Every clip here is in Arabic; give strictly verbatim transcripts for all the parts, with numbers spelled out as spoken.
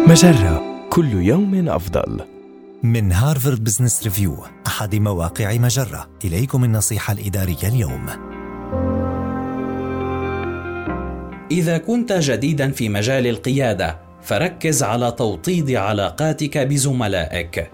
مجرة، كل يوم أفضل. من هارفارد بزنس ريفيو، أحد مواقع مجرة، إليكم النصيحة الإدارية اليوم. إذا كنت جديدا في مجال القيادة، فركز على توطيد علاقاتك بزملائك.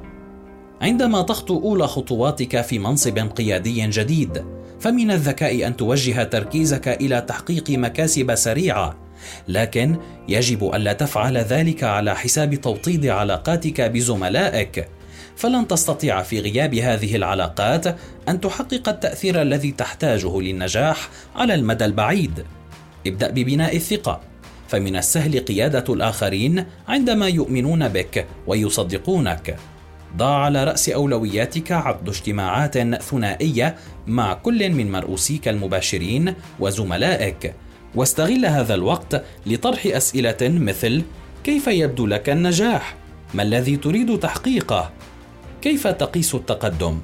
عندما تخطو أولى خطواتك في منصب قيادي جديد، فمن الذكاء أن توجه تركيزك إلى تحقيق مكاسب سريعة، لكن يجب ألا تفعل ذلك على حساب توطيد علاقاتك بزملائك، فلن تستطيع في غياب هذه العلاقات أن تحقق التأثير الذي تحتاجه للنجاح على المدى البعيد. ابدأ ببناء الثقة، فمن السهل قيادة الآخرين عندما يؤمنون بك ويصدقونك. ضع على رأس أولوياتك عقد اجتماعات ثنائية مع كل من مرؤوسيك المباشرين وزملائك، واستغل هذا الوقت لطرح أسئلة مثل: كيف يبدو لك النجاح؟ ما الذي تريد تحقيقه؟ كيف تقيس التقدم؟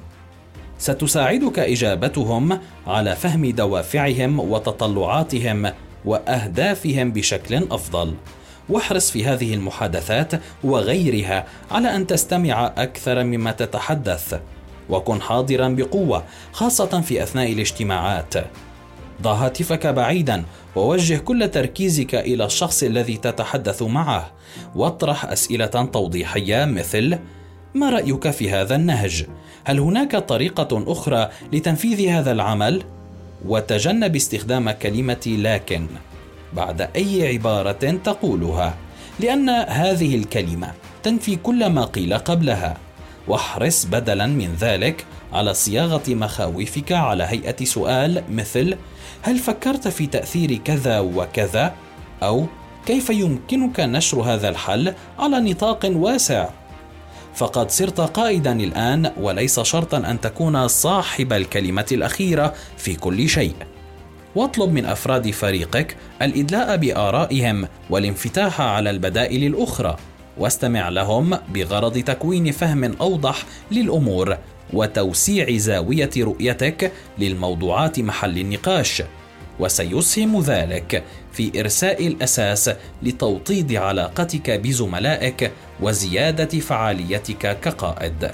ستساعدك إجابتهم على فهم دوافعهم وتطلعاتهم وأهدافهم بشكل أفضل. واحرص في هذه المحادثات وغيرها على أن تستمع أكثر مما تتحدث، وكن حاضرا بقوة خاصة في أثناء الاجتماعات. ضع هاتفك بعيدا ووجه كل تركيزك إلى الشخص الذي تتحدث معه، واطرح أسئلة توضيحية مثل: ما رأيك في هذا النهج؟ هل هناك طريقة أخرى لتنفيذ هذا العمل؟ وتجنب استخدام كلمة لكن بعد أي عبارة تقولها، لأن هذه الكلمة تنفي كل ما قيل قبلها. واحرص بدلا من ذلك على صياغة مخاوفك على هيئة سؤال مثل: هل فكرت في تأثير كذا وكذا؟ أو كيف يمكنك نشر هذا الحل على نطاق واسع؟ فقد صرت قائدا الآن، وليس شرطا أن تكون صاحب الكلمة الأخيرة في كل شيء. واطلب من أفراد فريقك الإدلاء بآرائهم والانفتاح على البدائل الأخرى، واستمع لهم بغرض تكوين فهم أوضح للأمور وتوسيع زاوية رؤيتك للموضوعات محل النقاش، وسيسهم ذلك في إرساء الأساس لتوطيد علاقتك بزملائك وزيادة فعاليتك كقائد.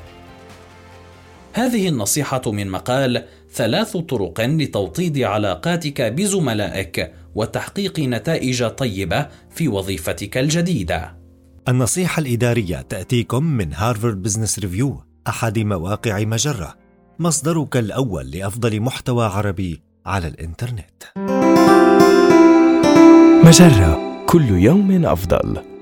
هذه النصيحة من مقال ثلاث طرق لتوطيد علاقاتك بزملائك وتحقيق نتائج طيبة في وظيفتك الجديدة. النصيحة الإدارية تأتيكم من هارفارد بزنس ريفيو، أحد مواقع مجرة، مصدرك الأول لأفضل محتوى عربي على الإنترنت. مجرة، كل يوم أفضل.